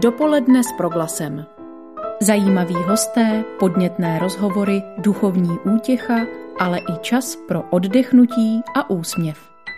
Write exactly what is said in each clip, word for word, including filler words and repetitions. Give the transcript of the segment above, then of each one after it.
Dopoledne s Proglasem. Zajímaví hosté, podnětné rozhovory, duchovní útěcha, ale i čas pro oddechnutí a úsměv.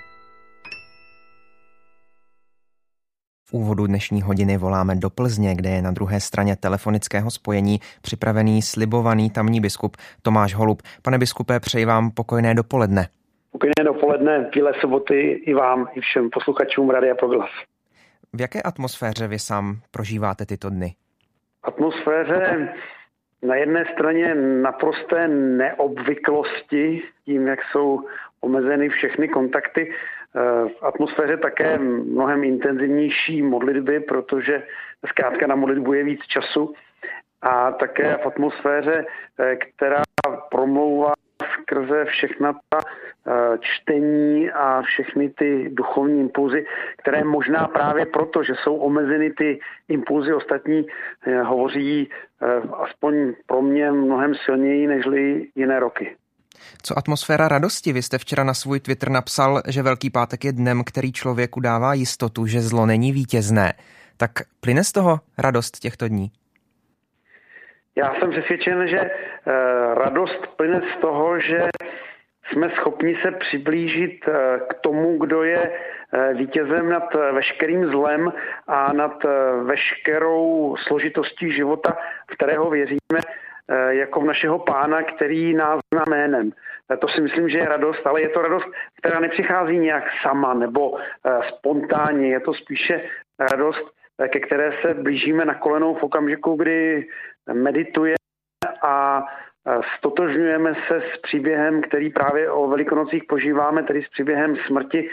V úvodu dnešní hodiny voláme do Plzně, kde je na druhé straně telefonického spojení připravený slibovaný tamní biskup Tomáš Holub. Pane biskupe, přeji vám pokojné dopoledne. Pokojné dopoledne, Bílé soboty i vám, i všem posluchačům Radia Proglas. V jaké atmosféře vy sám prožíváte tyto dny? Atmosféře na jedné straně naprosté neobvyklosti, tím, jak jsou omezeny všechny kontakty. V atmosféře také mnohem intenzivnější modlitby, protože zkrátka na modlitbu je víc času. A také v atmosféře, která promlouvá skrze všechna ta čtení a všechny ty duchovní impulzy, které možná právě proto, že jsou omezeny ty impulzy ostatní, hovoří aspoň pro mě mnohem silněji nežli jiné roky. Co atmosféra radosti? Vy jste včera na svůj Twitter napsal, že Velký pátek je dnem, který člověku dává jistotu, že zlo není vítězné. Tak plyne z toho radost těchto dní? Já jsem přesvědčen, že radost plyne z toho, že jsme schopni se přiblížit k tomu, kdo je vítězem nad veškerým zlem a nad veškerou složitostí života, v kterého věříme, jako v našeho Pána, který nás zná jménem. To si myslím, že je radost, ale je to radost, která nepřichází nějak sama nebo spontánně. Je to spíše radost, ke které se blížíme na kolenou v okamžiku, kdy meditujeme a stotožňujeme se s příběhem, který právě o Velikonocích požíváme, tedy s příběhem smrti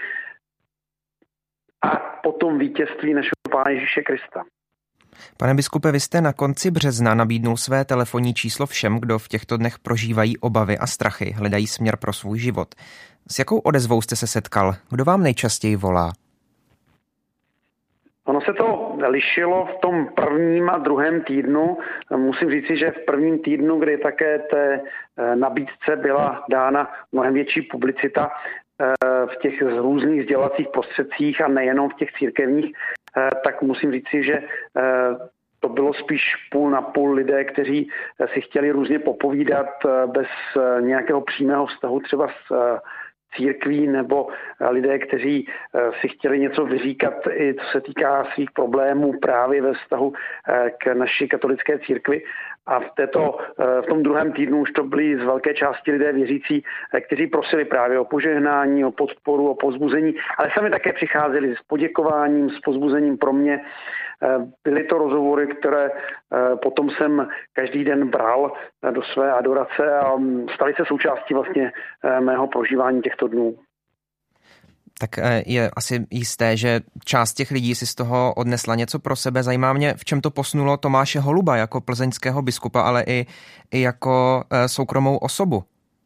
a potom vítězství našeho Pána Ježíše Krista. Pane biskupe, vy jste na konci března nabídnul své telefonní číslo všem, kdo v těchto dnech prožívají obavy a strachy, hledají směr pro svůj život. S jakou odezvou jste se setkal? Kdo vám nejčastěji volá? Ono se to lišilo v tom prvním a druhém týdnu. Musím říci, že v prvním týdnu, kdy také té nabídce byla dána mnohem větší publicita v těch různých sdělovacích prostředcích a nejenom v těch církevních, tak musím říci, že to bylo spíš půl na půl lidé, kteří si chtěli různě popovídat bez nějakého přímého vztahu třeba s církví, nebo lidé, kteří si chtěli něco vyříkat, i co se týká svých problémů právě ve vztahu k naší katolické církvi. A v, této, v tom druhém týdnu už to byli z velké části lidé věřící, kteří prosili právě o požehnání, o podporu, o povzbuzení, ale sami také přicházeli s poděkováním, s povzbuzením pro mě. Byly to rozhovory, které potom jsem každý den bral do své adorace a staly se součástí vlastně mého prožívání těchto dnů. Tak je asi jisté, že část těch lidí si z toho odnesla něco pro sebe. Zajímá mě, v čem to posunulo Tomáše Holuba jako plzeňského biskupa, ale i, i jako soukromou osobu.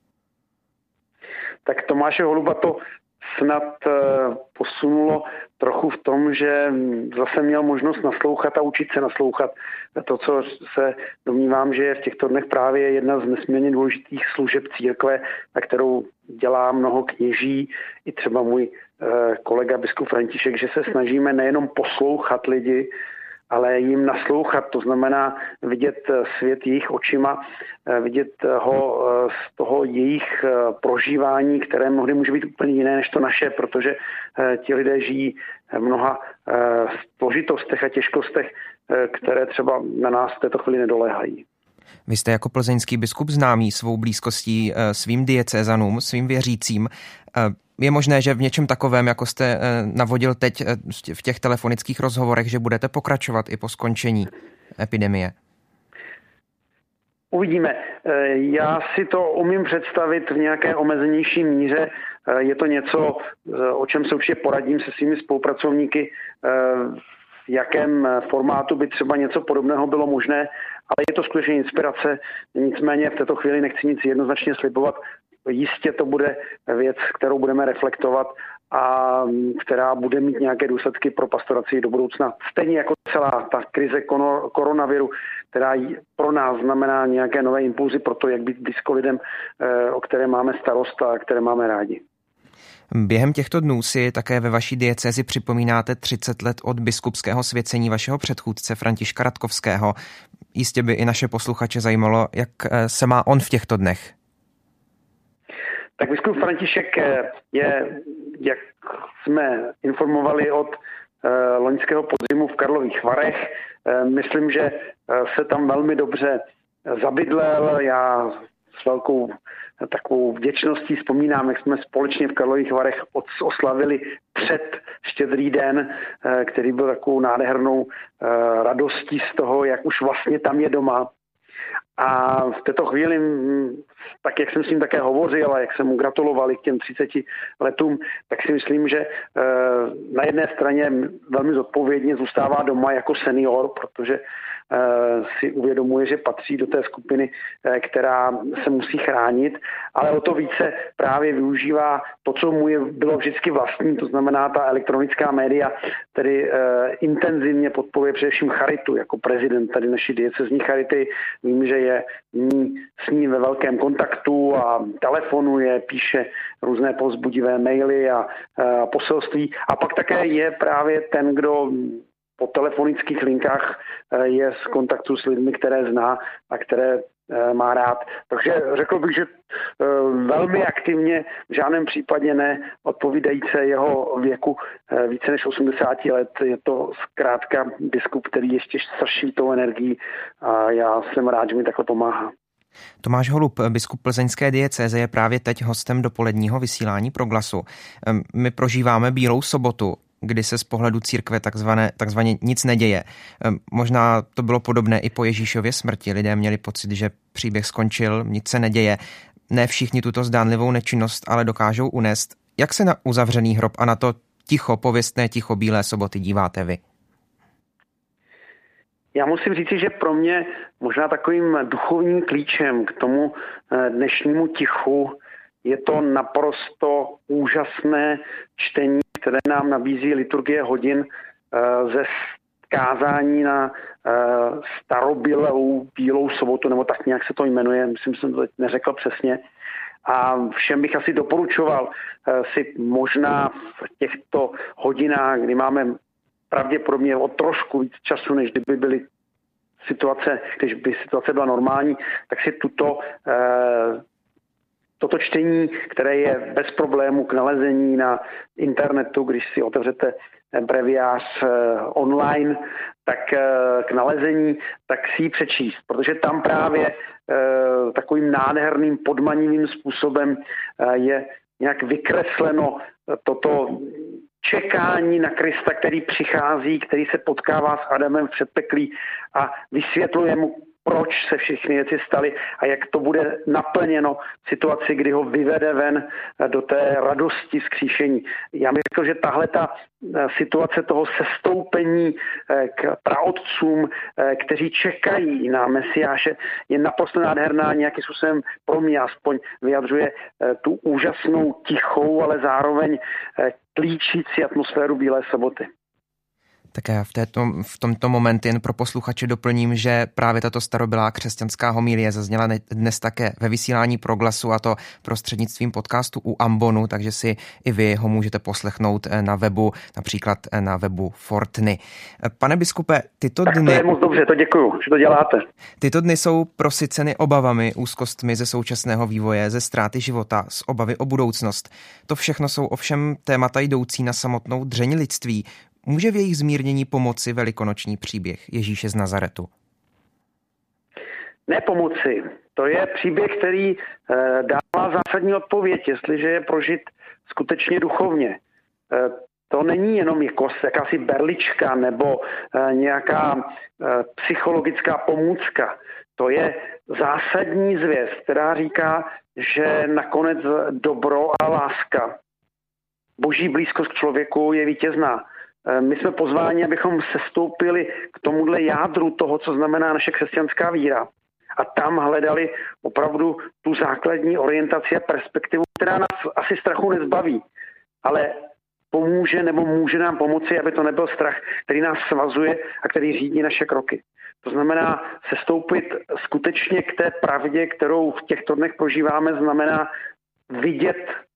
Tak Tomáše Holuba to snad posunulo trochu v tom, že zase měl možnost naslouchat a učit se naslouchat. To, co se domnívám, že je v těchto dnech právě jedna z nesmírně důležitých služeb církve, na kterou dělá mnoho kněží, i třeba můj kolega biskup František, že se snažíme nejenom poslouchat lidi, ale jim naslouchat, to znamená vidět svět jejich očima, vidět ho z toho jejich prožívání, které mnohdy může být úplně jiné než to naše, protože ti lidé žijí v mnoha složitostech a těžkostech, které třeba na nás v této chvíli nedoléhají. Vy jste jako plzeňský biskup známý svou blízkostí svým diecézanům, svým věřícím. Je možné, že v něčem takovém, jako jste navodil teď v těch telefonických rozhovorech, že budete pokračovat i po skončení epidemie? Uvidíme. Já si to umím představit v nějaké omezenější míře. Je to něco, o čem se určitě poradím se svými spolupracovníky, v jakém formátu by třeba něco podobného bylo možné, ale je to skutečně inspirace. Nicméně v této chvíli nechci nic jednoznačně slibovat. Jistě to bude věc, kterou budeme reflektovat a která bude mít nějaké důsledky pro pastoraci do budoucna. Stejně jako celá ta krize koronaviru, která pro nás znamená nějaké nové impulzy pro to, jak být blízko lidem, o které máme starost a které máme rádi. Během těchto dnů si také ve vaší diecézi připomínáte třicet let od biskupského svěcení vašeho předchůdce Františka Ratkovského. Jistě by i naše posluchače zajímalo, jak se má on v těchto dnech. Tak biskup František je, jak jsme informovali od loňského podzimu v Karlových Varech, myslím, že se tam velmi dobře zabydlel. Já s velkou takovou vděčností vzpomínám, jak jsme společně v Karlových Varech oslavili před Štědrý den, který byl takovou nádhernou radostí z toho, jak už vlastně tam je doma. A v této chvíli, tak jak jsem s ním také hovořil a jak jsem mu gratulovali k těm třiceti letům, tak si myslím, že na jedné straně velmi zodpovědně zůstává doma jako senior, protože si uvědomuje, že patří do té skupiny, která se musí chránit, ale o to více právě využívá to, co mu je, bylo vždycky vlastní, to znamená ta elektronická média, tedy intenzivně podporuje především charitu jako prezident tady naší diecezní charity. Vím, že je s ním ve velkém kontaktu a telefonuje, píše různé povzbudivé maily a, a poselství. A pak také je právě ten, kdo po telefonických linkách je z kontaktu s lidmi, které zná a které má rád. Takže řekl bych, že velmi aktivně, v žádném případě ne odpovídající jeho věku více než osmdesát let. Je to zkrátka biskup, který ještě straší tou energií a já jsem rád, že mi takhle pomáhá. Tomáš Holub, biskup plzeňské diecéze, je právě teď hostem dopoledního vysílání Proglasu. My prožíváme Bílou sobotu, kdy se z pohledu církve takzvané, takzvaně nic neděje. Možná to bylo podobné i po Ježíšově smrti. Lidé měli pocit, že příběh skončil, nic se neděje. Ne všichni tuto zdánlivou nečinnost ale dokážou unést. Jak se na uzavřený hrob a na to ticho, pověstné ticho Bílé soboty díváte vy? Já musím říct, že pro mě možná takovým duchovním klíčem k tomu dnešnímu tichu je to naprosto úžasné čtení, které nám nabízí liturgie hodin ze kázání na starobylou Bílou sobotu, nebo tak nějak se to jmenuje, myslím, že jsem to teď neřekl přesně. A všem bych asi doporučoval si možná v těchto hodinách, kdy máme pravděpodobně o trošku víc času, než kdyby byly situace, když by situace byla normální, tak si tuto Toto čtení, které je bez problému k nalezení na internetu, když si otevřete breviář online, tak k nalezení, tak si ji přečíst, protože tam právě takovým nádherným podmanivým způsobem je nějak vykresleno toto čekání na Krista, který přichází, který se potkává s Adamem v předpeklí a vysvětluje mu, proč se všechny věci staly a jak to bude naplněno v situaci, kdy ho vyvede ven do té radosti vzkříšení. Já bych řekl, že tahle ta situace toho sestoupení k praotcům, kteří čekají na Mesiáše, je naprosto nádherná, nějakým způsobem pro mě aspoň vyjadřuje tu úžasnou, tichou, ale zároveň klíčící atmosféru Bílé soboty. Tak já v, této, v tomto momentu jen pro posluchače doplním, že právě tato starobylá křesťanská homilie zazněla dnes také ve vysílání Proglasu, a to prostřednictvím podcastu u Ambonu, takže si i vy ho můžete poslechnout na webu, například na webu Fortny. Pane biskupe, tyto tak dny... to je moc dobře, to děkuju, že to děláte. Tyto dny jsou prosyceny obavami, úzkostmi ze současného vývoje, ze ztráty života, z obavy o budoucnost. To všechno jsou ovšem témata jdoucí na samotnou dřeň lidství. Může v jejich zmírnění pomoci velikonoční příběh Ježíše z Nazaretu? Ne pomoci. To je příběh, který dává zásadní odpověď, jestliže je prožit skutečně duchovně. To není jenom jako jakási berlička nebo nějaká psychologická pomůcka. To je zásadní zvěst, která říká, že nakonec dobro a láska, boží blízkost k člověku je vítězná. My jsme pozváni, abychom sestoupili k tomuhle jádru toho, co znamená naše křesťanská víra. A tam hledali opravdu tu základní orientaci a perspektivu, která nás asi strachu nezbaví, ale pomůže nebo může nám pomoci, aby to nebyl strach, který nás svazuje a který řídí naše kroky. To znamená sestoupit skutečně k té pravdě, kterou v těchto dnech prožíváme, znamená vidět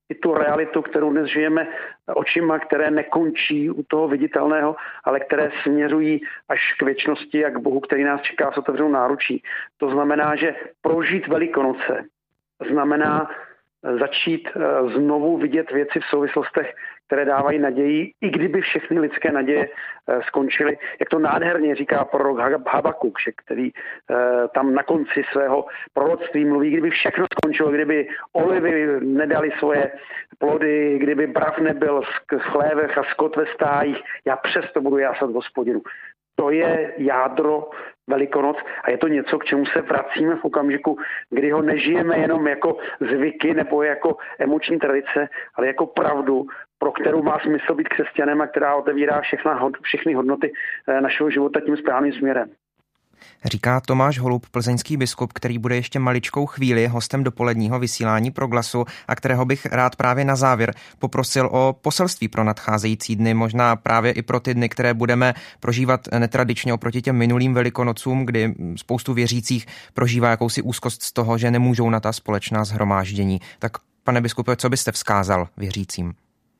i tu realitu, kterou dnes žijeme očima, které nekončí u toho viditelného, ale které směřují až k věčnosti a k Bohu, který nás čeká s otevřenou náručí. To znamená, že prožít Velikonoce znamená začít znovu vidět věci v souvislostech, které dávají naději, i kdyby všechny lidské naděje skončily. Jak to nádherně říká prorok Habakuk, který tam na konci svého proroctví mluví, kdyby všechno skončilo, kdyby olivy nedali svoje plody, kdyby brav nebyl v chlévech a skot ve stájích, já přesto budu jásat Hospodinu. To je jádro Velikonoc a je to něco, k čemu se vracíme v okamžiku, kdy ho nežijeme jenom jako zvyky nebo jako emoční tradice, ale jako pravdu, pro kterou má smysl být křesťanem a která otevírá všechna, všechny hodnoty našeho života tím správným směrem. Říká Tomáš Holub, plzeňský biskup, který bude ještě maličkou chvíli hostem dopoledního vysílání Proglasu a kterého bych rád právě na závěr poprosil o poselství pro nadcházející dny, možná právě i pro ty dny, které budeme prožívat netradičně oproti těm minulým Velikonocům, kdy spoustu věřících prožívá jakousi úzkost z toho, že nemůžou na ta společná shromáždění. Tak pane biskupe, co byste vzkázal věřícím?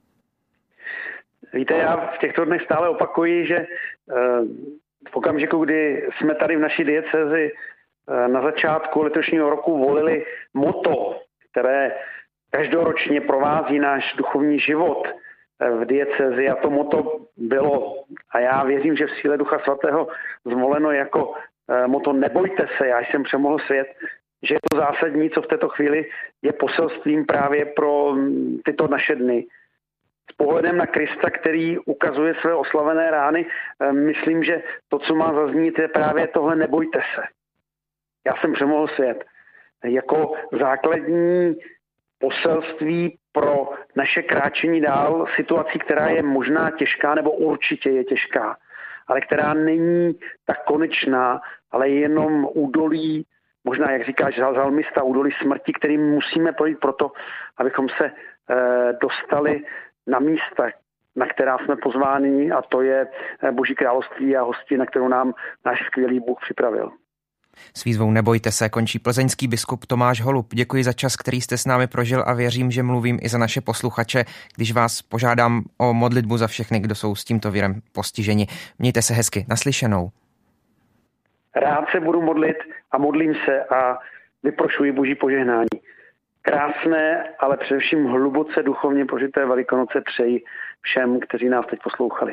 Víte, já v těchto dnech stále opakuji, že v okamžiku, kdy jsme tady v naší diecézi na začátku letošního roku volili motto, které každoročně provází náš duchovní život v diecézi, a to motto bylo, a já věřím, že v síle Ducha Svatého zvoleno jako motto Nebojte se, já jsem přemohl svět, že je to zásadní, co v této chvíli je poselstvím právě pro tyto naše dny. S pohledem na Krista, který ukazuje své oslavené rány, myslím, že to, co má zaznít, je právě tohle nebojte se. Já jsem přemohl svět. Jako základní poselství pro naše kráčení dál situací, která je možná těžká, nebo určitě je těžká, ale která není tak konečná, ale jenom údolí, možná, jak říkáš žalmista, údolí smrti, kterým musíme projít proto, abychom se dostali na místa, na která jsme pozváni, a to je Boží království a hostina, kterou nám náš skvělý Bůh připravil. S výzvou Nebojte se končí plzeňský biskup Tomáš Holub. Děkuji za čas, který jste s námi prožil, a věřím, že mluvím i za naše posluchače, když vás požádám o modlitbu za všechny, kdo jsou s tímto virem postiženi. Mějte se hezky. Naslyšenou. Rád se budu modlit a modlím se a vyprošuji Boží požehnání. Krásné, ale především hluboce duchovně prožité Velikonoce přeji všem, kteří nás teď poslouchali.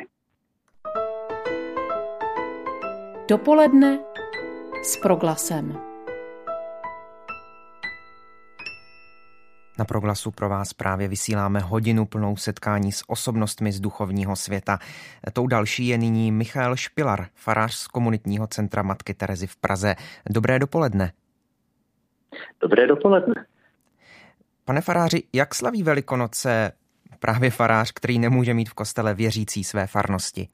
Dopoledne s Proglasem. Na Proglasu pro vás právě vysíláme hodinu plnou setkání s osobnostmi z duchovního světa. Tou další je nyní Michael Špilar, farář z komunitního centra Matky Terezy v Praze. Dobré dopoledne. Dobré dopoledne. Pane faráři, jak slaví Velikonoce právě farář, který nemůže mít v kostele věřící své farnosti?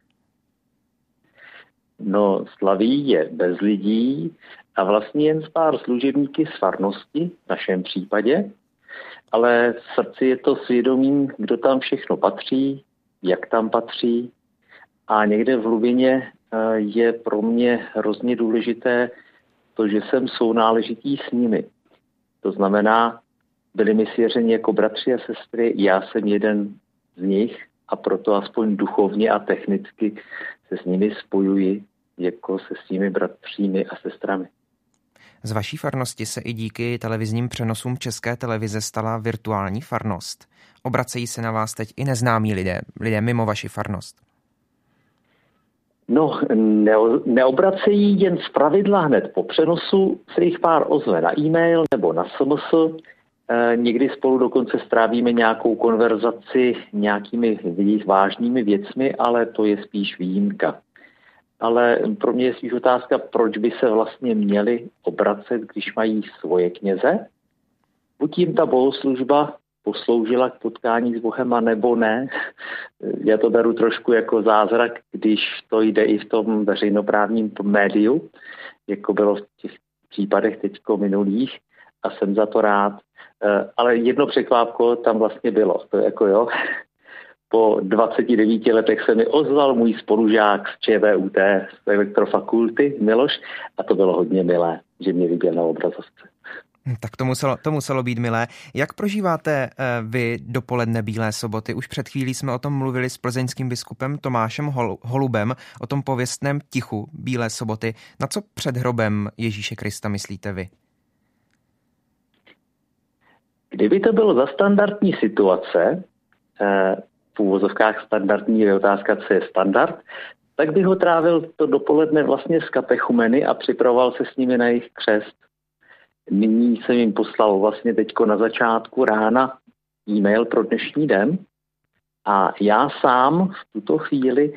No, slaví je bez lidí a vlastně jen z pár služebníky z farnosti, v našem případě, ale v srdci je to svědomím, kdo tam všechno patří, jak tam patří, a někde v hlubině je pro mě hrozně důležité to, že jsem sounáležitý s nimi. To znamená, byli mi svěřeni jako bratři a sestry, já jsem jeden z nich a proto aspoň duchovně a technicky se s nimi spojuji jako se svými bratřími a sestrami. Z vaší farnosti se i díky televizním přenosům České televize stala virtuální farnost. Obracejí se na vás teď i neznámí lidé, lidé mimo vaši farnost? No, ne, neobracejí, jen zpravidla hned po přenosu se jich pár ozve na e-mail nebo na es em es. E, někdy spolu dokonce strávíme nějakou konverzaci nějakými vážnými věcmi, ale to je spíš výjimka. Ale pro mě je spíš otázka, proč by se vlastně měli obracet, když mají svoje kněze. Buď jim ta bohoslužba posloužila k potkání s Bohem, a nebo ne. Já to beru trošku jako zázrak, když to jde i v tom veřejnoprávním médiu, jako bylo v těch případech teďko minulých, a jsem za to rád. Ale jedno překvápko tam vlastně bylo. To jako jo. Po dvaceti devíti letech se mi ozval můj spolužák z ČVUT, z elektrofakulty, Miloš, a to bylo hodně milé, že mě viděl na obrazovce. Tak to muselo, to muselo být milé. Jak prožíváte vy dopoledne Bílé soboty? Už před chvílí jsme o tom mluvili s plzeňským biskupem Tomášem Holubem, o tom pověstném tichu Bílé soboty. Na co před hrobem Ježíše Krista myslíte vy? Kdyby to bylo za standardní situace, v úvozovkách standardní je otázka, co je standard, tak bych ho trávil to dopoledne vlastně s katechumeny a připravoval se s nimi na jejich křest. Nyní jsem jim poslal vlastně teďko na začátku rána e-mail pro dnešní den a já sám v tuto chvíli,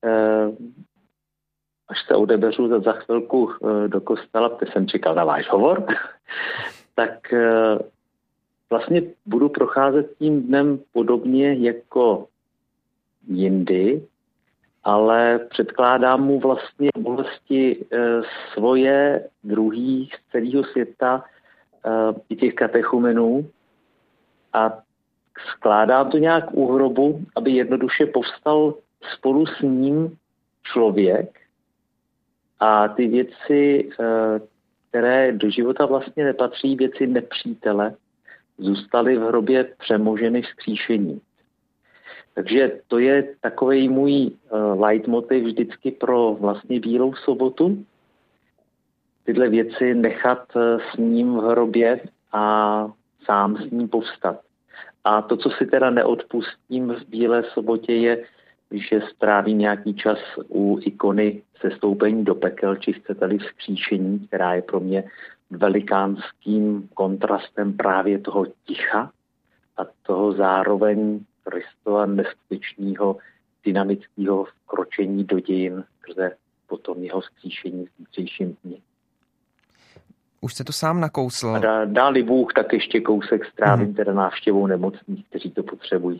až se odebeřu za chvilku do kostela, protože jsem čekal na váš hovor, tak vlastně budu procházet tím dnem podobně jako jindy, ale předkládám mu vlastně bolesti e, svoje, druhých, z celého světa, e, i těch katechumenů a skládám to nějak u hrobu, aby jednoduše povstal spolu s ním člověk a ty věci, e, které do života vlastně nepatří, věci nepřítele, zůstaly v hrobě přemoženy vzkříšení. Takže to je takový můj uh, leitmotiv vždycky pro vlastně Bílou sobotu. Tyhle věci nechat uh, s ním v hrobě a sám s ním povstat. A to, co si teda neodpustím v Bílé sobotě, je, že strávím nějaký čas u ikony sestoupení do pekel, či chcete-li vzkříšení, která je pro mě velikánským kontrastem právě toho ticha a toho zároveň Kristova neskutečného dynamického vkročení do dějin skrze potom jeho vzkříšení v zítřejším dni. Už jste to sám nakousl. A dá, dá-li Bůh, tak ještě kousek strávím hmm. teda návštěvou nemocných, kteří to potřebují.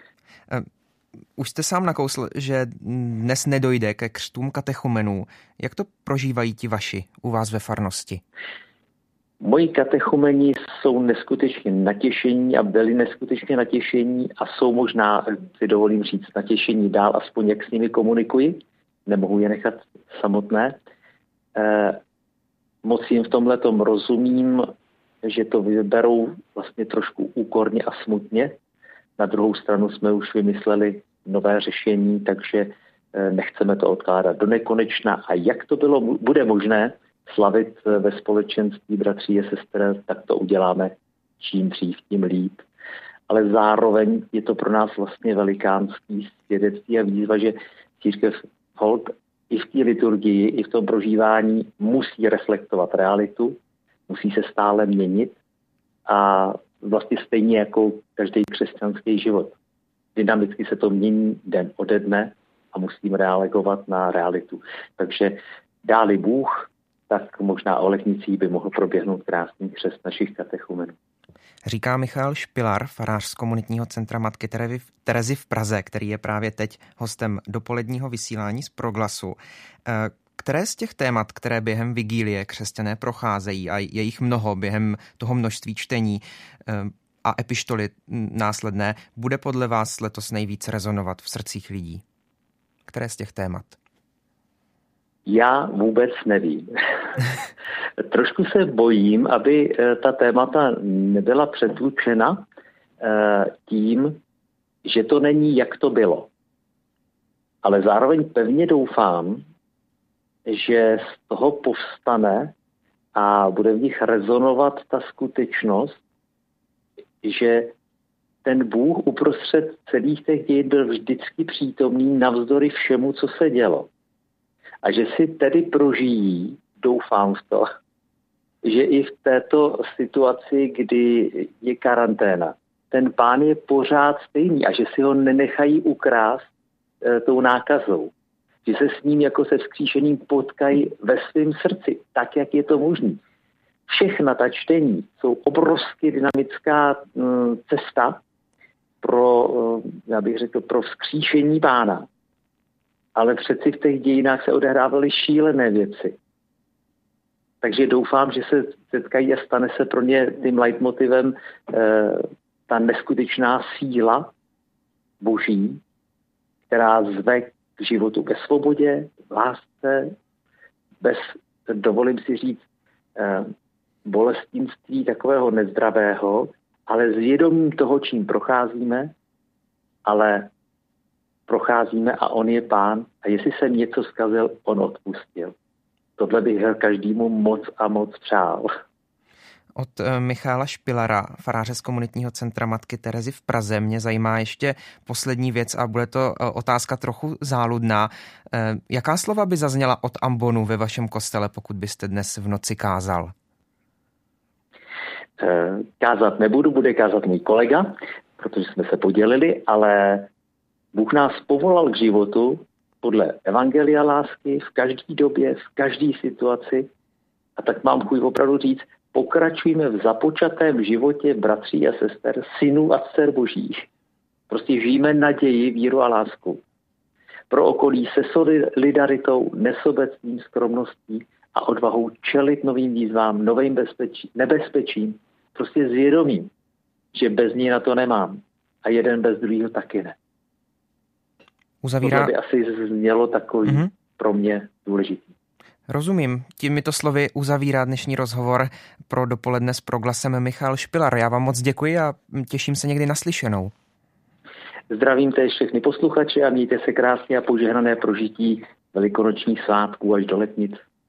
Už jste sám nakousl, že dnes nedojde ke křtům katechumenů. Jak to prožívají ti vaši u vás ve farnosti? Moji katechumeni jsou neskutečně natěšení a byli neskutečně natěšení a jsou možná, si dovolím říct, natěšení dál, aspoň jak s nimi komunikuji. Nemohu je nechat samotné. Eh, moc jim v tomhletom rozumím, že to vyberou vlastně trošku úkorně a smutně. Na druhou stranu jsme už vymysleli nové řešení, takže eh, nechceme to odkládat do nekonečna. A jak to bylo, bude možné slavit ve společenství bratří a sester, tak to uděláme čím dřív, tím líp. Ale zároveň je to pro nás vlastně velikánský svědectví a výzva, že církev holt i v té liturgii, i v tom prožívání musí reflektovat realitu, musí se stále měnit a vlastně stejně jako každý křesťanský život. Dynamicky se to mění den ode dne a musíme reagovat na realitu. Takže dá-li Bůh, tak možná o Letnicí by mohl proběhnout krásný křest našich katechumenů. Říká Michal Špilar, farář z komunitního centra Matky Terezy v Praze, který je právě teď hostem dopoledního vysílání z Proglasu. Které z těch témat, které během vigílie křesťané procházejí, a je jich mnoho během toho množství čtení a epištoly následné, bude podle vás letos nejvíc rezonovat v srdcích lidí? Které z těch témat? Já vůbec nevím. Trošku se bojím, aby ta témata nebyla přetlučena tím, že to není, jak to bylo. Ale zároveň pevně doufám, že z toho povstane a bude v nich rezonovat ta skutečnost, že ten Bůh uprostřed celých těch dějin byl vždycky přítomný navzdory všemu, co se dělo. A že si tedy prožijí, doufám v to, že i v této situaci, kdy je karanténa, ten Pán je pořád stejný a že si ho nenechají ukrást e, tou nákazou. Že se s ním jako se vzkříšením potkají ve svém srdci, tak, jak je to možné. Všechna ta čtení jsou obrovsky dynamická m, cesta pro, já bych řekl, pro vzkříšení Pána. Ale přeci v těch dějinách se odehrávaly šílené věci. Takže doufám, že se setkají a stane se pro ně tím leitmotivem eh, ta neskutečná síla Boží, která zve k životu ve svobodě, v lásce, bez, dovolím si říct, eh, bolestinství takového nezdravého, ale s vědomím toho, čím procházíme, ale procházíme a on je pán a jestli jsem něco zkazil, on odpustil. Tohle bych každému moc a moc přál. Od Michala Špilara, faráře z komunitního centra Matky Terezy v Praze, mě zajímá ještě poslední věc a bude to otázka trochu záludná. Jaká slova by zazněla od ambonu ve vašem kostele, pokud byste dnes v noci kázal? Kázat nebudu, bude kázat můj kolega, protože jsme se podělili, ale Bůh nás povolal k životu podle evangelia lásky v každé době, v každé situaci. A tak mám chuť opravdu říct, pokračujeme v započatém životě bratří a sester, synů a dcer božích. Prostě žijeme naději, víru a lásku. Pro okolí se solidaritou, nesobecním, skromností a odvahou čelit novým výzvám, novým bezpečí, nebezpečím. Prostě zvědomím, že bez ní na to nemám. A jeden bez druhého taky ne. Uzavírá... To by asi znělo takový mm-hmm. pro mě důležitý. Rozumím. Těmito slovy uzavírá dnešní rozhovor pro Dopoledne s Proglasem Michal Špilar. Já vám moc děkuji a těším se někdy naslyšenou. Zdravím též všechny posluchače a mějte se krásně a požehnané prožití velikonočních svátků až do Letnic.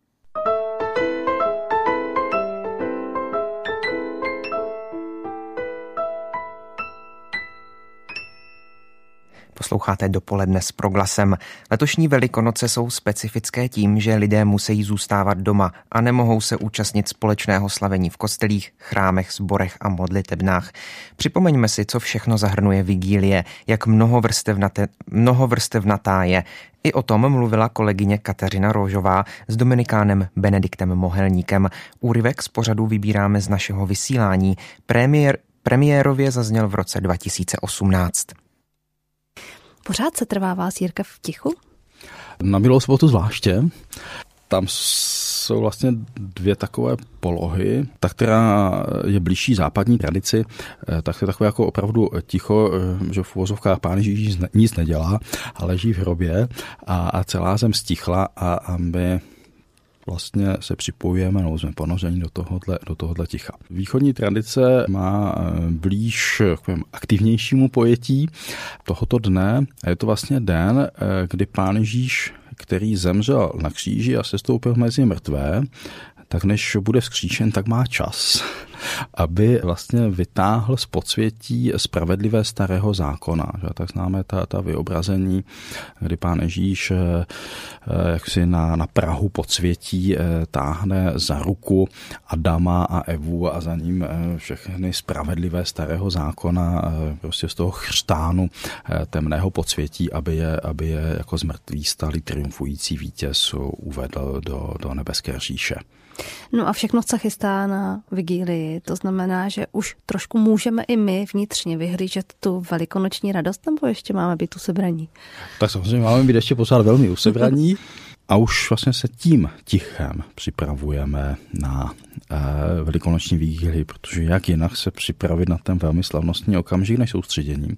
Posloucháte Dopoledne s Proglasem. Letošní Velikonoce jsou specifické tím, že lidé musí zůstávat doma a nemohou se účastnit společného slavení v kostelích, chrámech, sborech a modlitebnách. Připomeňme si, co všechno zahrnuje vigílie, jak mnohovrstevnatá je. I o tom mluvila kolegyně Kateřina Rožová s dominikánem Benediktem Mohelníkem. Úryvek z pořadu vybíráme z našeho vysílání. Premiér, premiérově zazněl v roce dva tisíce osmnáct. Pořád se trvává sýrka v tichu? Na Milou sobotu zvláště. Tam jsou vlastně dvě takové polohy. Ta, která je blížší západní tradici, tak je takové jako opravdu ticho, že v uvozovkách Pán Ježíš nic nedělá, ale leží v hrobě a, a celá zem stichla a, a my vlastně se připojujeme, no jsme ponoření do tohohle, do tohohle ticha. Východní tradice má blíž k aktivnějšímu pojetí tohoto dne. A je to vlastně den, kdy Pán Ježíš, který zemřel na kříži a sestoupil mezi mrtvé, tak než bude vzkříšen, tak má čas, aby vlastně vytáhl z podsvětí spravedlivé starého zákona. Že? Tak známe ta, ta vyobrazení, kdy Pán Ježíš jaksi na, na prahu podsvětí táhne za ruku Adama a Evu a za ním všechny spravedlivé starého zákona prostě z toho chřtánu temného podsvětí, aby je, aby je jako zmrtvý stálý triumfující vítěz uvedl do, do nebeské říše. No a všechno se chystá na vigílii, to znamená, že už trošku můžeme i my vnitřně vyhlížet tu velikonoční radost, nebo ještě máme být usebraní? Tak samozřejmě máme být ještě pořád velmi usebraní a už vlastně se tím tichem připravujeme na eh, velikonoční vigílii, protože jak jinak se připravit na ten velmi slavnostní okamžik než soustředění.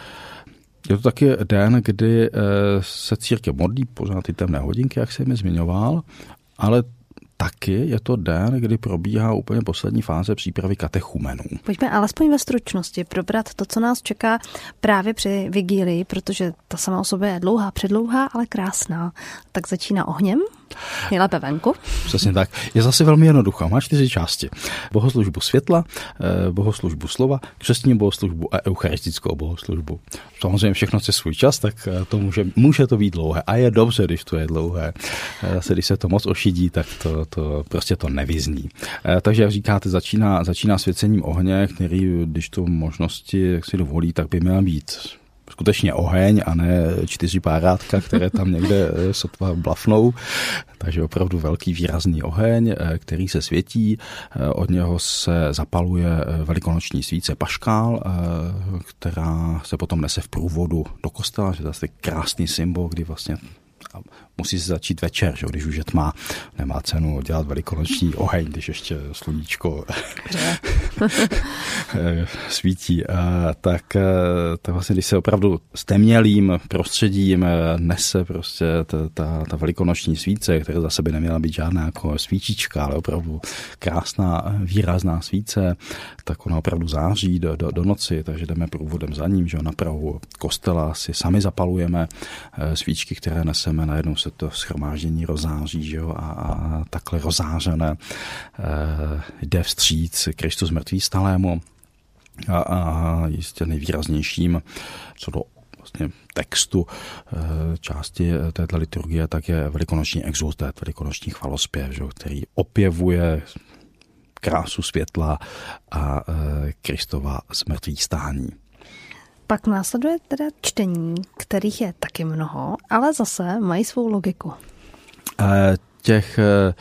Je to taky den, kdy eh, se církev modlí pořád ty temné hodinky, jak jsem je zmiňoval, ale taky je to den, kdy probíhá úplně poslední fáze přípravy katechumenů. Pojďme alespoň ve stručnosti probrat to, co nás čeká právě při vigílii, protože ta sama o sobě je dlouhá, předlouhá, ale krásná. Tak začíná ohněm, nejlépe venku. Přesně tak. Je zase velmi jednoduchá. Má čtyři části. Bohoslužbu světla, bohoslužbu slova, křestní bohoslužbu a eucharistickou bohoslužbu. Samozřejmě všechno chce svůj čas, tak to může, může to být dlouhé. A je dobře, když to je dlouhé. Zase, když se to moc ošidí, tak to, to prostě to nevyzní. Takže, jak říkáte, začíná, začíná svěcením ohně, který, když to možnosti jak si dovolí, tak by měl být skutečně oheň a ne čtyři párátka, které tam někde sotva blafnou. Takže opravdu velký výrazný oheň, který se světí. Od něho se zapaluje velikonoční svíce paškál, která se potom nese v průvodu do kostela. Že to je krásný symbol, kdy vlastně musí se začít večer, že? Když už je tma, nemá cenu dělat velikonoční oheň, když ještě sluníčko svítí. Tak, tak vlastně, když se opravdu s temnělým prostředím nese prostě ta, ta, ta velikonoční svíce, která za sebe neměla být žádná jako svíčička, ale opravdu krásná, výrazná svíce, tak ona opravdu září do, do, do noci, takže jdeme průvodem za ním, že na prahu kostela si sami zapalujeme svíčky, které neseme, najednou se to shromáždění rozáří, že jo, a, a takhle rozářené eh, jde vstříc Kristus mrtvý stalému a, a jistě nejvýraznějším co do vlastně textu eh, části této liturgie, tak je velikonoční exultet, velikonoční chvalospěv, že jo, který opěvuje krásu světla a eh, Kristova zmrtvých stání. Pak následuje teda čtení, kterých je taky mnoho, ale zase mají svou logiku. E, těch e,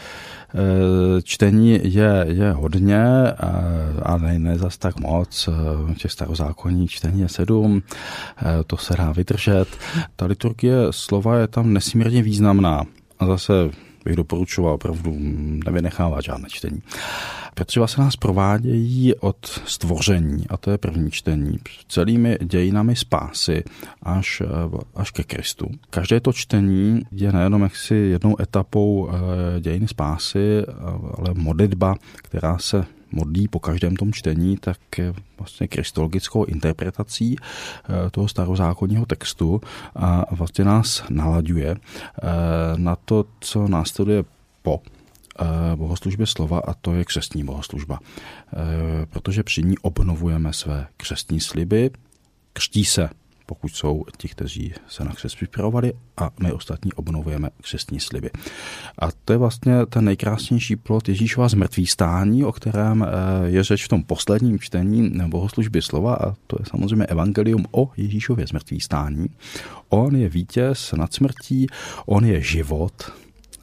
čtení je, je hodně, a ne, ne zas tak moc. Těch starozákonních čtení je sedm, e, to se dá vydržet. Ta liturgie slova je tam nesmírně významná a zase bych doporučoval opravdu nevynechávat žádné čtení. Protože vlastně nás provádějí od stvoření, a to je první čtení, celými dějinami spásy až, až ke Kristu. Každé to čtení je nejenom jaksi jednou etapou dějiny spásy, ale modlitba, která se modlí po každém tom čtení, tak je vlastně kristologickou interpretací toho starozákonního textu a vlastně nás nalaďuje na to, co následuje po bohoslužbě slova, a to je křestní bohoslužba. Protože při ní obnovujeme své křestní sliby, křtí se, pokud jsou ti, kteří se na křest připravovali, a my ostatní obnovujeme křestní sliby. A to je vlastně ten nejkrásnější plod Ježíšova zmrtvýchvstání, o kterém je řeč v tom posledním čtení bohoslužby slova, a to je samozřejmě evangelium o Ježíšově zmrtvýchvstání. On je vítěz nad smrtí, on je život,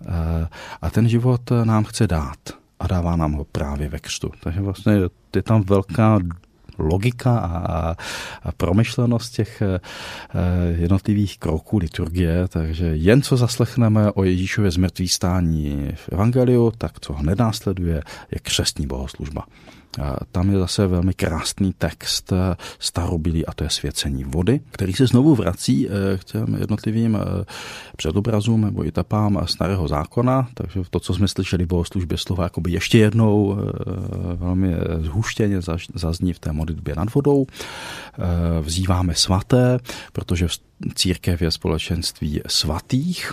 a ten život nám chce dát a dává nám ho právě ve křtu. Takže vlastně je tam velká logika a, a promyšlenost těch jednotlivých kroků liturgie, takže jen co zaslechneme o Ježíšově zmrtvýchvstání v evangeliu, tak co hned následuje, je křestní bohoslužba. A tam je zase velmi krásný text starobylý, a to je svěcení vody, který se znovu vrací k těm jednotlivým předobrazům nebo etapám starého zákona, takže to, co jsme slyšeli v bohoslužbě slova, jakoby ještě jednou velmi zhuštěně zazní v té modlitbě nad vodou. Vzýváme svaté, protože církev je společenství svatých,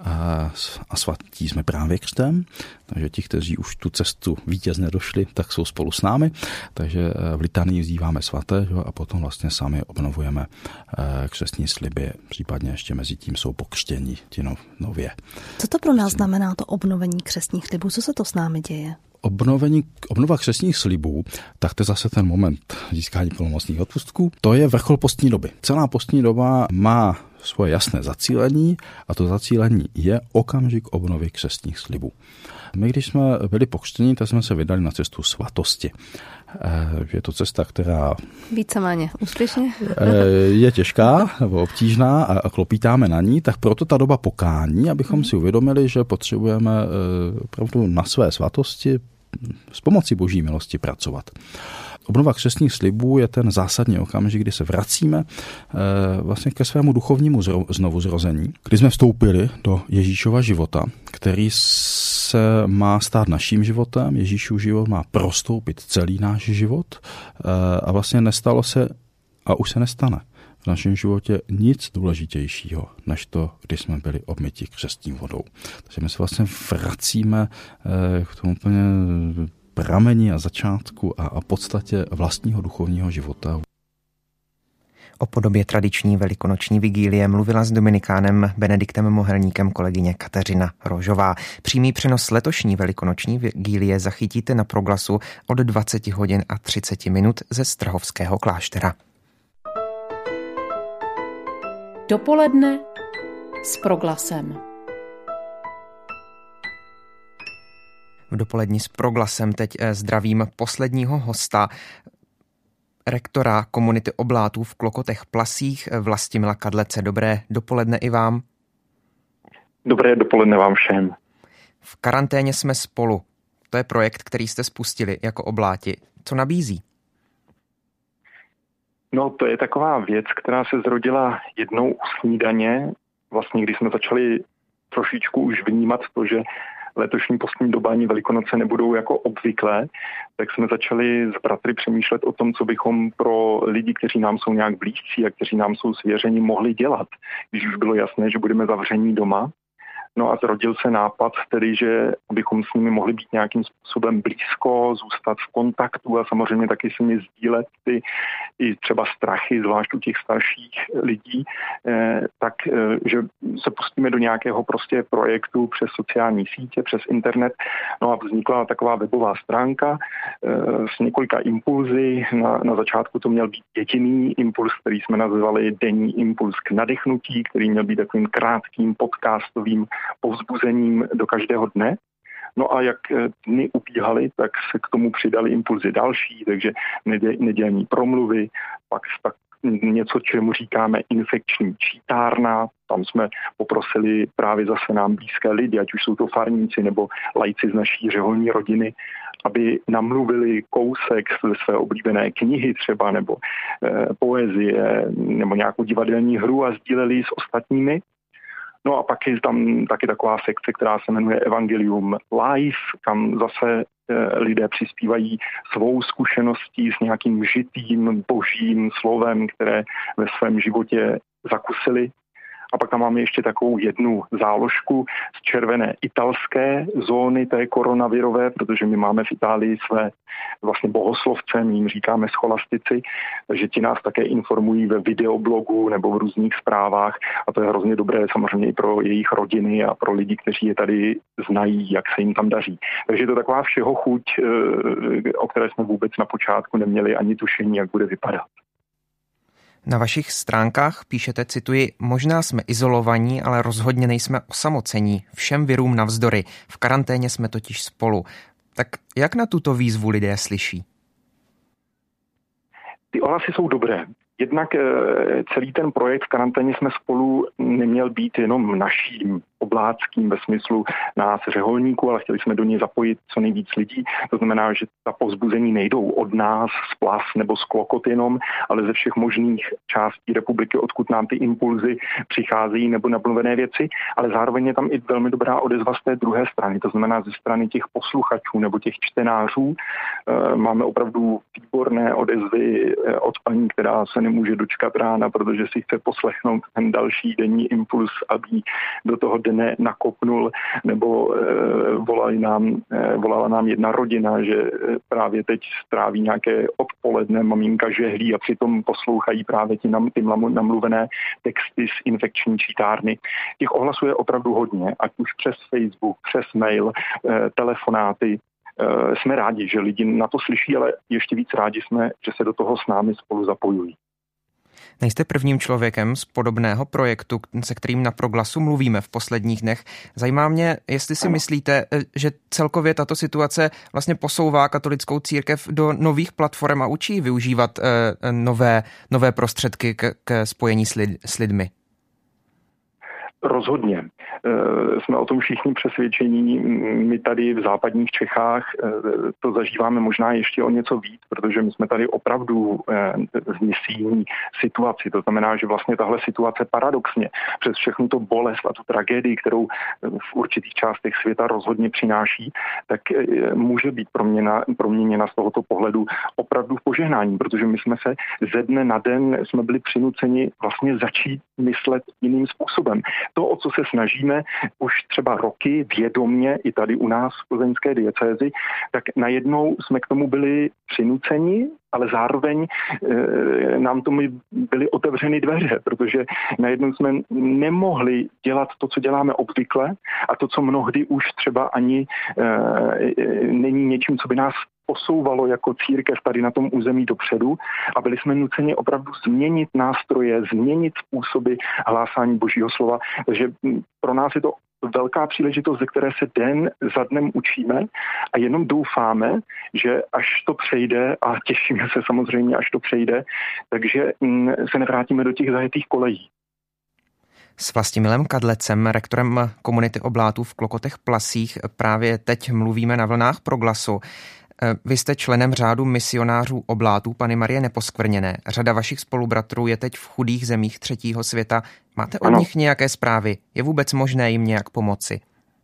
a svatí jsme právě křtem, takže ti, kteří už tu cestu vítězně došli, tak jsou spolu s námi, takže v litanii vzýváme svaté, jo, a potom vlastně sami obnovujeme křestní sliby, případně ještě mezi tím jsou pokřtění ti nově. Co to pro nás znamená, to obnovení křestních slibů? Co se to s námi děje? Obnovení, obnova křestních slibů, tak to je zase ten moment získání plnomocných odpustků. To je vrchol postní doby. Celá postní doba má svoje jasné zacílení a to zacílení je okamžik obnovy křestních slibů. My, když jsme byli pokřtěni, tak jsme se vydali na cestu svatosti. Je to cesta, která víceméně úspěšně je těžká nebo obtížná a klopítáme na ní, tak proto ta doba pokání, abychom hmm. si uvědomili, že potřebujeme opravdu na své svatosti s pomocí Boží milosti pracovat. Obnova křestních slibů je ten zásadní okamžik, kdy se vracíme vlastně ke svému duchovnímu znovuzrození, kdy jsme vstoupili do Ježíšova života, který se má stát naším životem. Ježíšův život má prostoupit celý náš život a vlastně nestalo se a už se nestane v našem životě nic důležitějšího, než to, když jsme byli obmyti křestní vodou. Takže my se vlastně vracíme k tomu úplně prameni a začátku a, a podstatě vlastního duchovního života. O podobě tradiční velikonoční vigílie mluvila s dominikánem Benediktem Mohelníkem kolegyně Kateřina Rožová. Přímý přenos letošní velikonoční vigílie zachytíte na Proglasu od dvacet hodin a třicet minut ze Strahovského kláštera. Dopoledne s Proglasem. V dopolední s Proglasem teď zdravím posledního hosta, rektora komunity oblátů v Klokotech Plasích, Vlastimila Kadlece. Dobré dopoledne i vám. Dobré dopoledne vám všem. V karanténě jsme spolu. To je projekt, který jste spustili jako Obláti. Co nabízí? No, to je taková věc, která se zrodila jednou u snídaně. Vlastně, když jsme začali trošičku už vnímat to, že letošní postní doba ani Velikonoce nebudou jako obvyklé, tak jsme začali s bratry přemýšlet o tom, co bychom pro lidi, kteří nám jsou nějak blízcí a kteří nám jsou svěřeni, mohli dělat, když už bylo jasné, že budeme zavření doma. No a zrodil se nápad tedy, že bychom s nimi mohli být nějakým způsobem blízko, zůstat v kontaktu a samozřejmě taky s nimi sdílet ty i třeba strachy, zvlášť u těch starších lidí, eh, tak, eh, že se pustíme do nějakého prostě projektu přes sociální sítě, přes internet. No a vznikla taková webová stránka eh, s několika impulzy. Na, na začátku to měl být jediný impuls, který jsme nazvali denní impuls k nadechnutí, který měl být takovým krátkým podcastovým povzbuzením do každého dne. No a jak dny ubíhaly, tak se k tomu přidali impulzy další, takže nedělní promluvy, pak tak něco, čemu říkáme infekční čítárna. Tam jsme poprosili právě zase nám blízké lidi, ať už jsou to farníci nebo lajci z naší řeholní rodiny, aby namluvili kousek ze své oblíbené knihy třeba nebo eh, poezie nebo nějakou divadelní hru a sdíleli ji s ostatními. No a pak je tam taky taková sekce, která se jmenuje Evangelium Live, kam zase lidé přispívají svou zkušeností s nějakým žitým božím slovem, které ve svém životě zakusili. A pak tam máme ještě takovou jednu záložku z červené italské zóny té koronavirové, protože my máme v Itálii své vlastně bohoslovce, my jim říkáme scholastici, takže ti nás také informují ve videoblogu nebo v různých zprávách a to je hrozně dobré samozřejmě i pro jejich rodiny a pro lidi, kteří je tady znají, jak se jim tam daří. Takže je to taková všeho chuť, o které jsme vůbec na počátku neměli ani tušení, jak bude vypadat. Na vašich stránkách píšete, cituji, možná jsme izolovaní, ale rozhodně nejsme osamocení. Všem virům navzdory. V karanténě jsme totiž spolu. Tak jak na tuto výzvu lidé slyší? Ty ohlasy jsou dobré. Jednak celý ten projekt v karanténě jsme spolu neměl být jenom naším obláckým ve smyslu nás řeholníků, ale chtěli jsme do něj zapojit co nejvíc lidí. To znamená, že ta povzbuzení nejdou od nás z Plas nebo z Klokot jenom, ale ze všech možných částí republiky, odkud nám ty impulzy přicházejí nebo namluvené věci, ale zároveň je tam i velmi dobrá odezva z té druhé strany, to znamená ze strany těch posluchačů nebo těch čtenářů. Máme opravdu výborné odezvy od paní, která se nemůže dočkat rána, protože si chce poslechnout ten další denní impuls, aby do toho dne nakopnul, nebo e, volali nám, e, volala nám jedna rodina, že právě teď stráví nějaké odpoledne, maminka žehlí a přitom poslouchají právě ty, nam, ty namluvené texty z infekční čítárny. Těch ohlasů je opravdu hodně, ať už přes Facebook, přes mail, e, telefonáty. E, jsme rádi, že lidi na to slyší, ale ještě víc rádi jsme, že se do toho s námi spolu zapojují. Nejste prvním člověkem z podobného projektu, se kterým na Proglasu mluvíme v posledních dnech. Zajímá mě, jestli si myslíte, že celkově tato situace vlastně posouvá katolickou církev do nových platform a učí využívat nové, nové prostředky k, k spojení s, lid, s lidmi. Rozhodně. Jsme o tom všichni přesvědčení. My tady v západních Čechách to zažíváme možná ještě o něco víc, protože my jsme tady opravdu v misijní situaci. To znamená, že vlastně tahle situace paradoxně přes všechnu to bolest a tu tragédii, kterou v určitých částech světa rozhodně přináší, tak může být proměna, proměněna z tohoto pohledu opravdu v požehnání, protože my jsme se ze dne na den jsme byli přinuceni vlastně začít myslet jiným způsobem. To, o co se snažíme už třeba roky vědomě i tady u nás v plzeňské diecézi, tak najednou jsme k tomu byli přinuceni, ale zároveň e, nám tomu byly otevřeny dveře, protože najednou jsme nemohli dělat to, co děláme obvykle a to, co mnohdy už třeba ani e, e, není něčím, co by nás posouvalo jako církev tady na tom území dopředu a byli jsme nuceni opravdu změnit nástroje, změnit způsoby hlásání Božího slova. Takže pro nás je to velká příležitost, ze které se den za dnem učíme a jenom doufáme, že až to přejde, a těšíme se samozřejmě, až to přejde, takže se nevrátíme do těch zajetých kolejí. S Vlastimilem Kadlecem, rektorem komunity oblátů v Klokotech Plasích, právě teď mluvíme na vlnách Proglasu. Vy jste členem řádu misionářů oblátů Panny Marie Neposkvrněné. Řada vašich spolubratrů je teď v chudých zemích třetího světa. Máte od ano. nich nějaké zprávy? Je vůbec možné jim nějak pomoci?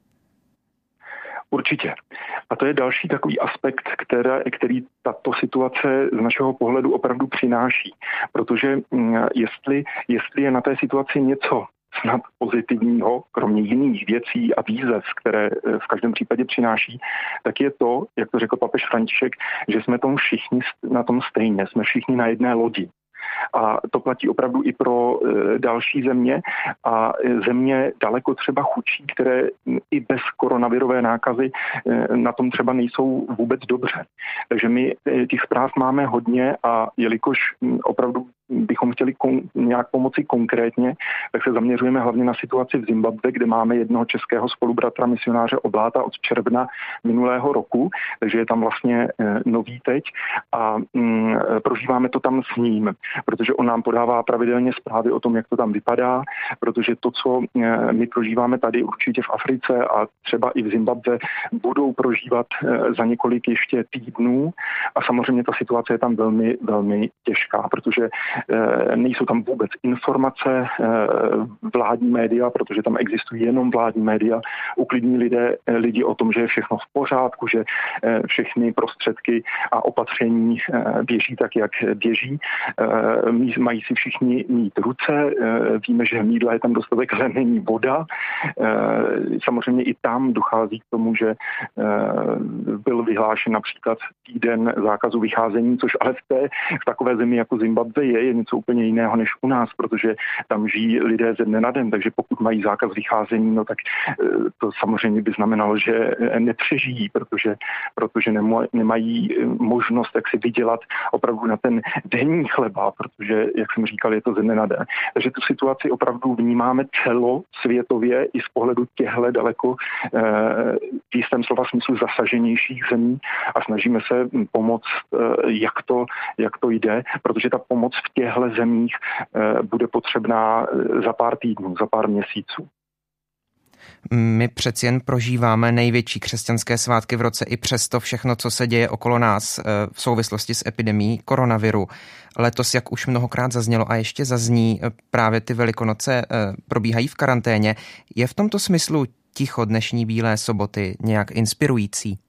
Určitě. A to je další takový aspekt, která, který tato situace z našeho pohledu opravdu přináší. Protože jestli, jestli je na té situaci něco snad pozitivního, kromě jiných věcí a výzev, které v každém případě přináší, tak je to, jak to řekl papež František, že jsme tom všichni na tom stejně, jsme všichni na jedné lodi. A to platí opravdu i pro e, další země a země daleko třeba chudší, které i bez koronavirové nákazy e, na tom třeba nejsou vůbec dobře. Takže my e, těch zpráv máme hodně a jelikož m, opravdu bychom chtěli kon, nějak pomoci konkrétně, tak se zaměřujeme hlavně na situaci v Zimbabwe, kde máme jednoho českého spolubratra misionáře Obláta od června minulého roku, takže je tam vlastně e, nový teď a m, prožíváme to tam s ním, protože on nám podává pravidelně zprávy o tom, jak to tam vypadá, protože to, co my prožíváme tady určitě v Africe a třeba i v Zimbabwe, budou prožívat za několik ještě týdnů a samozřejmě ta situace je tam velmi, velmi těžká, protože nejsou tam vůbec informace, vládní média, protože tam existují jenom vládní média, uklidní lidé, lidi o tom, že je všechno v pořádku, že všechny prostředky a opatření běží tak, jak běží. Mají si všichni mít ruce, víme, že mýdla je tam dostatek, ale není voda. Samozřejmě i tam dochází k tomu, že byl vyhlášen například týden zákazu vycházení, což ale v, té, v takové zemi jako Zimbabwe je, je něco úplně jiného než u nás, protože tam žijí lidé ze dne na den, takže pokud mají zákaz vycházení, no tak to samozřejmě by znamenalo, že nepřežijí, protože, protože nemají možnost jak si vydělat opravdu na ten denní chleba, protože, jak jsem říkal, je to ze dne na den. Takže tu situaci opravdu vnímáme celosvětově i z pohledu těchto daleko eh, v jistém slova smyslu zasaženějších zemí a snažíme se pomoct, eh, jak, to, jak to jde, protože ta pomoc v těchto zemích eh, bude potřebná za pár týdnů, za pár měsíců. My přeci jen prožíváme největší křesťanské svátky v roce i přesto všechno, co se děje okolo nás v souvislosti s epidemií koronaviru. Letos, jak už mnohokrát zaznělo a ještě zazní, právě ty Velikonoce probíhají v karanténě. Je v tomto smyslu ticho dnešní Bílé soboty nějak inspirující?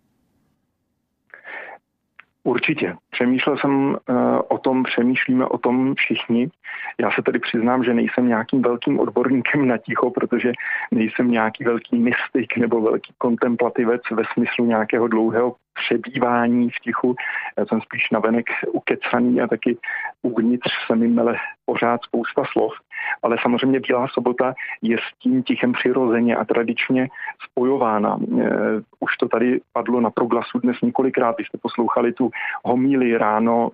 Určitě. Přemýšlel jsem uh, o tom, přemýšlíme o tom všichni. Já se tedy přiznám, že nejsem nějakým velkým odborníkem na ticho, protože nejsem nějaký velký mystik nebo velký kontemplativec ve smyslu nějakého dlouhého přebývání v tichu. Já jsem spíš navenek ukecaný a taky uvnitř se mi mele pořád spousta slov. Ale samozřejmě Bílá sobota je s tím tichem přirozeně a tradičně spojována. Už to tady padlo na Proglasu dnes několikrát. Vy jste poslouchali tu homílii ráno,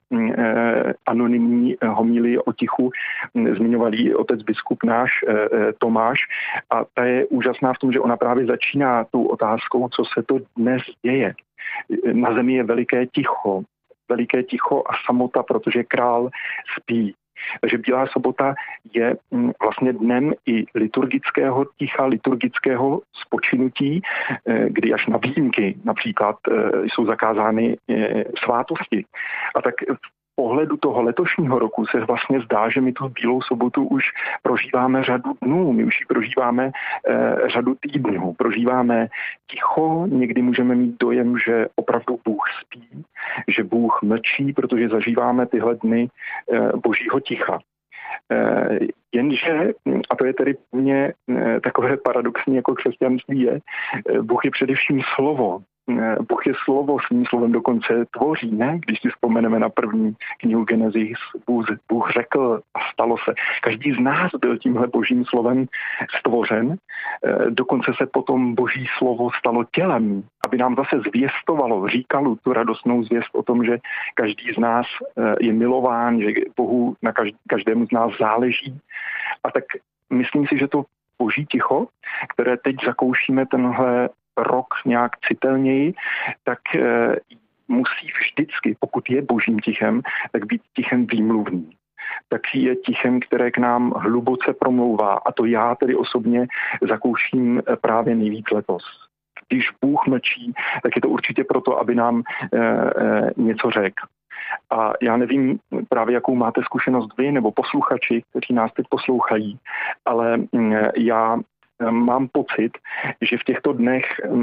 anonymní homílii o tichu. Zmiňoval otec biskup náš Tomáš a ta je úžasná v tom, že ona právě začíná tou otázkou, co se to dnes děje. Na zemi je veliké ticho, veliké ticho a samota, protože král spí. Takže Bílá sobota je vlastně dnem i liturgického ticha, liturgického spočinutí, kdy až na výjimky například jsou zakázány svátosti. A tak v pohledu toho letošního roku se vlastně zdá, že my tu Bílou sobotu už prožíváme řadu dnů, my už ji prožíváme eh, řadu týdnů, prožíváme ticho, někdy můžeme mít dojem, že opravdu Bůh spí, že Bůh mlčí, protože zažíváme tyhle dny eh, božího ticha. Eh, jenže, a to je tedy mě eh, takové paradoxní jako křesťanství je, eh, Bůh je především slovo. Bůh je slovo, svým slovem dokonce tvoří, ne? Když si vzpomeneme na první knihu Genesis, Bůh, Bůh řekl a stalo se. Každý z nás byl tímhle božím slovem stvořen, dokonce se potom boží slovo stalo tělem, aby nám zase zvěstovalo, říkalo tu radostnou zvěst o tom, že každý z nás je milován, že Bohu na každému z nás záleží. A tak myslím si, že to boží ticho, které teď zakoušíme tenhle rok nějak citelněji, tak e, musí vždycky, pokud je božím tichem, tak být tichem výmluvný. tak je tichem, které k nám hluboce promlouvá. A to já tedy osobně zakouším právě nejvíc letos. Když Bůh mlčí, tak je to určitě proto, aby nám e, e, něco řekl. A já nevím právě, jakou máte zkušenost vy nebo posluchači, kteří nás teď poslouchají, ale já mám pocit, že v těchto dnech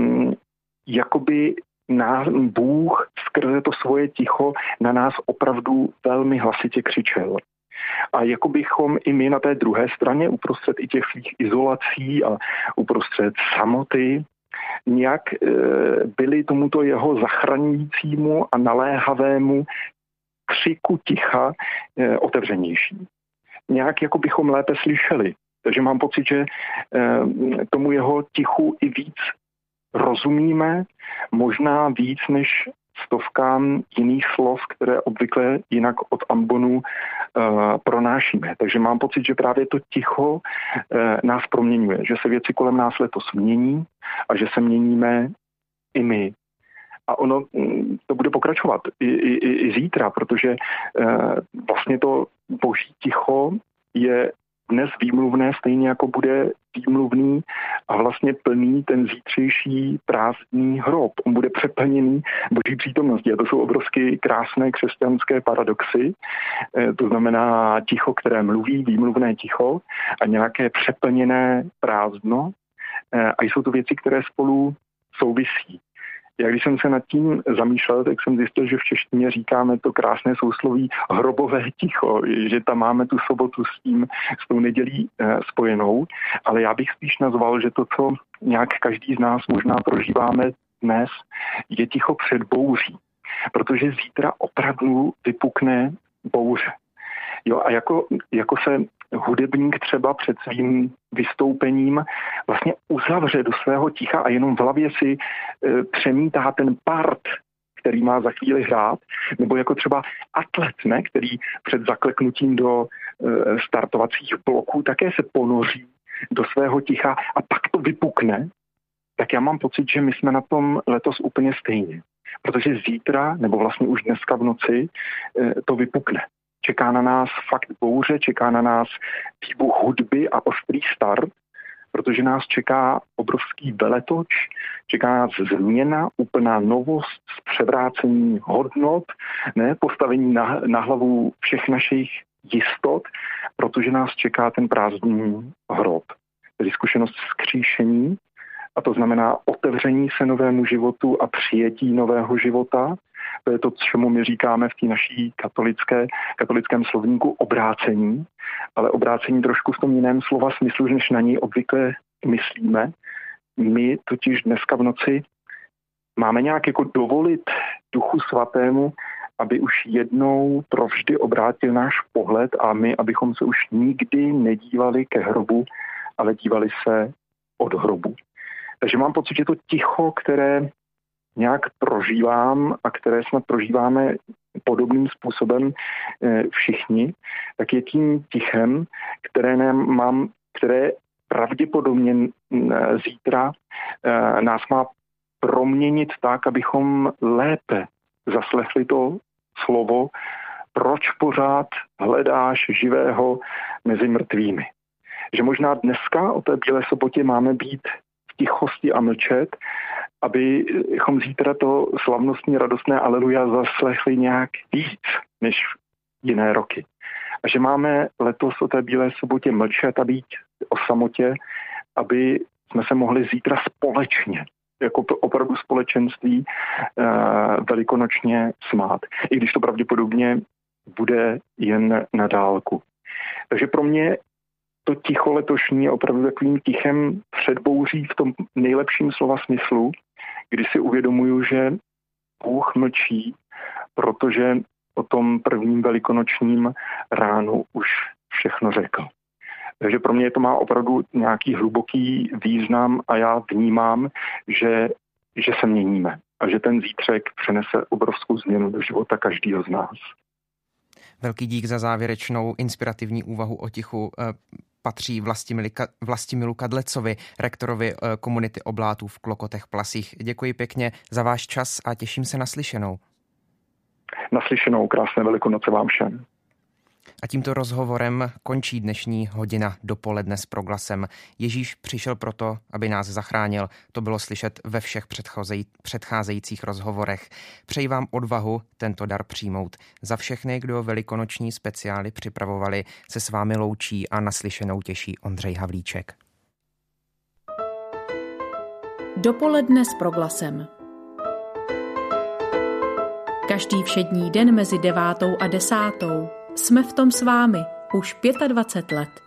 jakoby nás, Bůh skrze to svoje ticho na nás opravdu velmi hlasitě křičel. A jako bychom i my na té druhé straně, uprostřed i těch svých izolací a uprostřed samoty, nějak e, byli tomuto jeho zachraňujícímu a naléhavému křiku ticha e, otevřenější. Nějak jako bychom lépe slyšeli. Takže mám pocit, že e, tomu jeho tichu i víc rozumíme, možná víc než stovkám jiných slov, které obvykle jinak od ambonu uh, pronášíme. Takže mám pocit, že právě to ticho uh, nás proměňuje, že se věci kolem nás letos mění a že se měníme i my. A ono to bude pokračovat i, i, i zítra, protože uh, vlastně to boží ticho je dnes výmluvné, stejně jako bude výmluvný a vlastně plný ten zítřejší prázdný hrob. On bude přeplněný boží přítomností. A to jsou obrovsky krásné křesťanské paradoxy. To znamená ticho, které mluví, výmluvné ticho a nějaké přeplněné prázdno. A jsou to věci, které spolu souvisí. Já když jsem se nad tím zamýšlel, tak jsem zjistil, že v češtině říkáme to krásné sousloví hrobové ticho, že tam máme tu sobotu s tím, s tou nedělí e, spojenou, ale já bych spíš nazval, že to, co nějak každý z nás možná prožíváme dnes, je ticho před bouří, protože zítra opravdu vypukne bouře. Jo, a jako, jako se hudebník třeba před svým vystoupením vlastně uzavře do svého ticha a jenom v hlavě si e, přemítá ten part, který má za chvíli hrát, nebo jako třeba atlet, ne, který před zakleknutím do e, startovacích bloků také se ponoří do svého ticha a pak to vypukne, tak já mám pocit, že my jsme na tom letos úplně stejně. Protože zítra, nebo vlastně už dneska v noci, e, to vypukne. Čeká na nás fakt bouře, čeká na nás výbuch hudby a ostrý start, protože nás čeká obrovský veletoč, čeká nás změna, úplná novost, převrácení hodnot, ne, postavení na, na hlavu všech našich jistot, protože nás čeká ten prázdný hrob. Tedy zkušenost vzkříšení, a to znamená otevření se novému životu a přijetí nového života. To je to, čemu my říkáme v té naší katolické, katolickém slovníku obrácení, ale obrácení trošku v tom jiném slova smyslu, než na něj obvykle myslíme. My totiž dneska v noci máme nějak jako dovolit Duchu Svatému, aby už jednou provždy obrátil náš pohled a my, abychom se už nikdy nedívali ke hrobu, ale dívali se od hrobu. Takže mám pocit, že to ticho, které nějak prožívám a které snad prožíváme podobným způsobem všichni, tak je tím tichem, které nám mám, které pravděpodobně zítra nás má proměnit tak, abychom lépe zaslechli to slovo, proč pořád hledáš živého mezi mrtvými. Že možná dneska o té Bílé sobotě máme být v tichosti a mlčet, abychom zítra to slavnostní radostné aleluja zaslechli nějak víc než jiné roky. A že máme letos o té Bílé sobotě mlčet a být o samotě, aby jsme se mohli zítra společně, jako opravdu společenství, velikonočně smát. I když to pravděpodobně bude jen na dálku. Takže pro mě to ticho letošní je opravdu takovým tichem před bouří v tom nejlepším slova smyslu, kdy si uvědomuju, že Bůh mlčí, protože o tom prvním velikonočním ránu už všechno řekl. Takže pro mě to má opravdu nějaký hluboký význam a já vnímám, že, že se měníme a že ten zítřek přenese obrovskou změnu do života každého z nás. Velký dík za závěrečnou inspirativní úvahu o tichu patří Vlastimilu Kadlecovi, rektorovi komunity Oblátů v Klokotech Plasích. Děkuji pěkně za váš čas a těším se na slyšenou. Naslyšenou, krásné Velikonoce vám všem. A tímto rozhovorem končí dnešní hodina dopoledne s Proglasem. Ježíš přišel proto, aby nás zachránil. To bylo slyšet ve všech předcházejících rozhovorech. Přeji vám odvahu tento dar přijmout. Za všechny, kdo velikonoční speciály připravovali, se s vámi loučí a naslyšenou těší Ondřej Havlíček. Dopoledne s Proglasem. Každý všední den mezi devátou a desátou jsme v tom s vámi už dvacet pět let.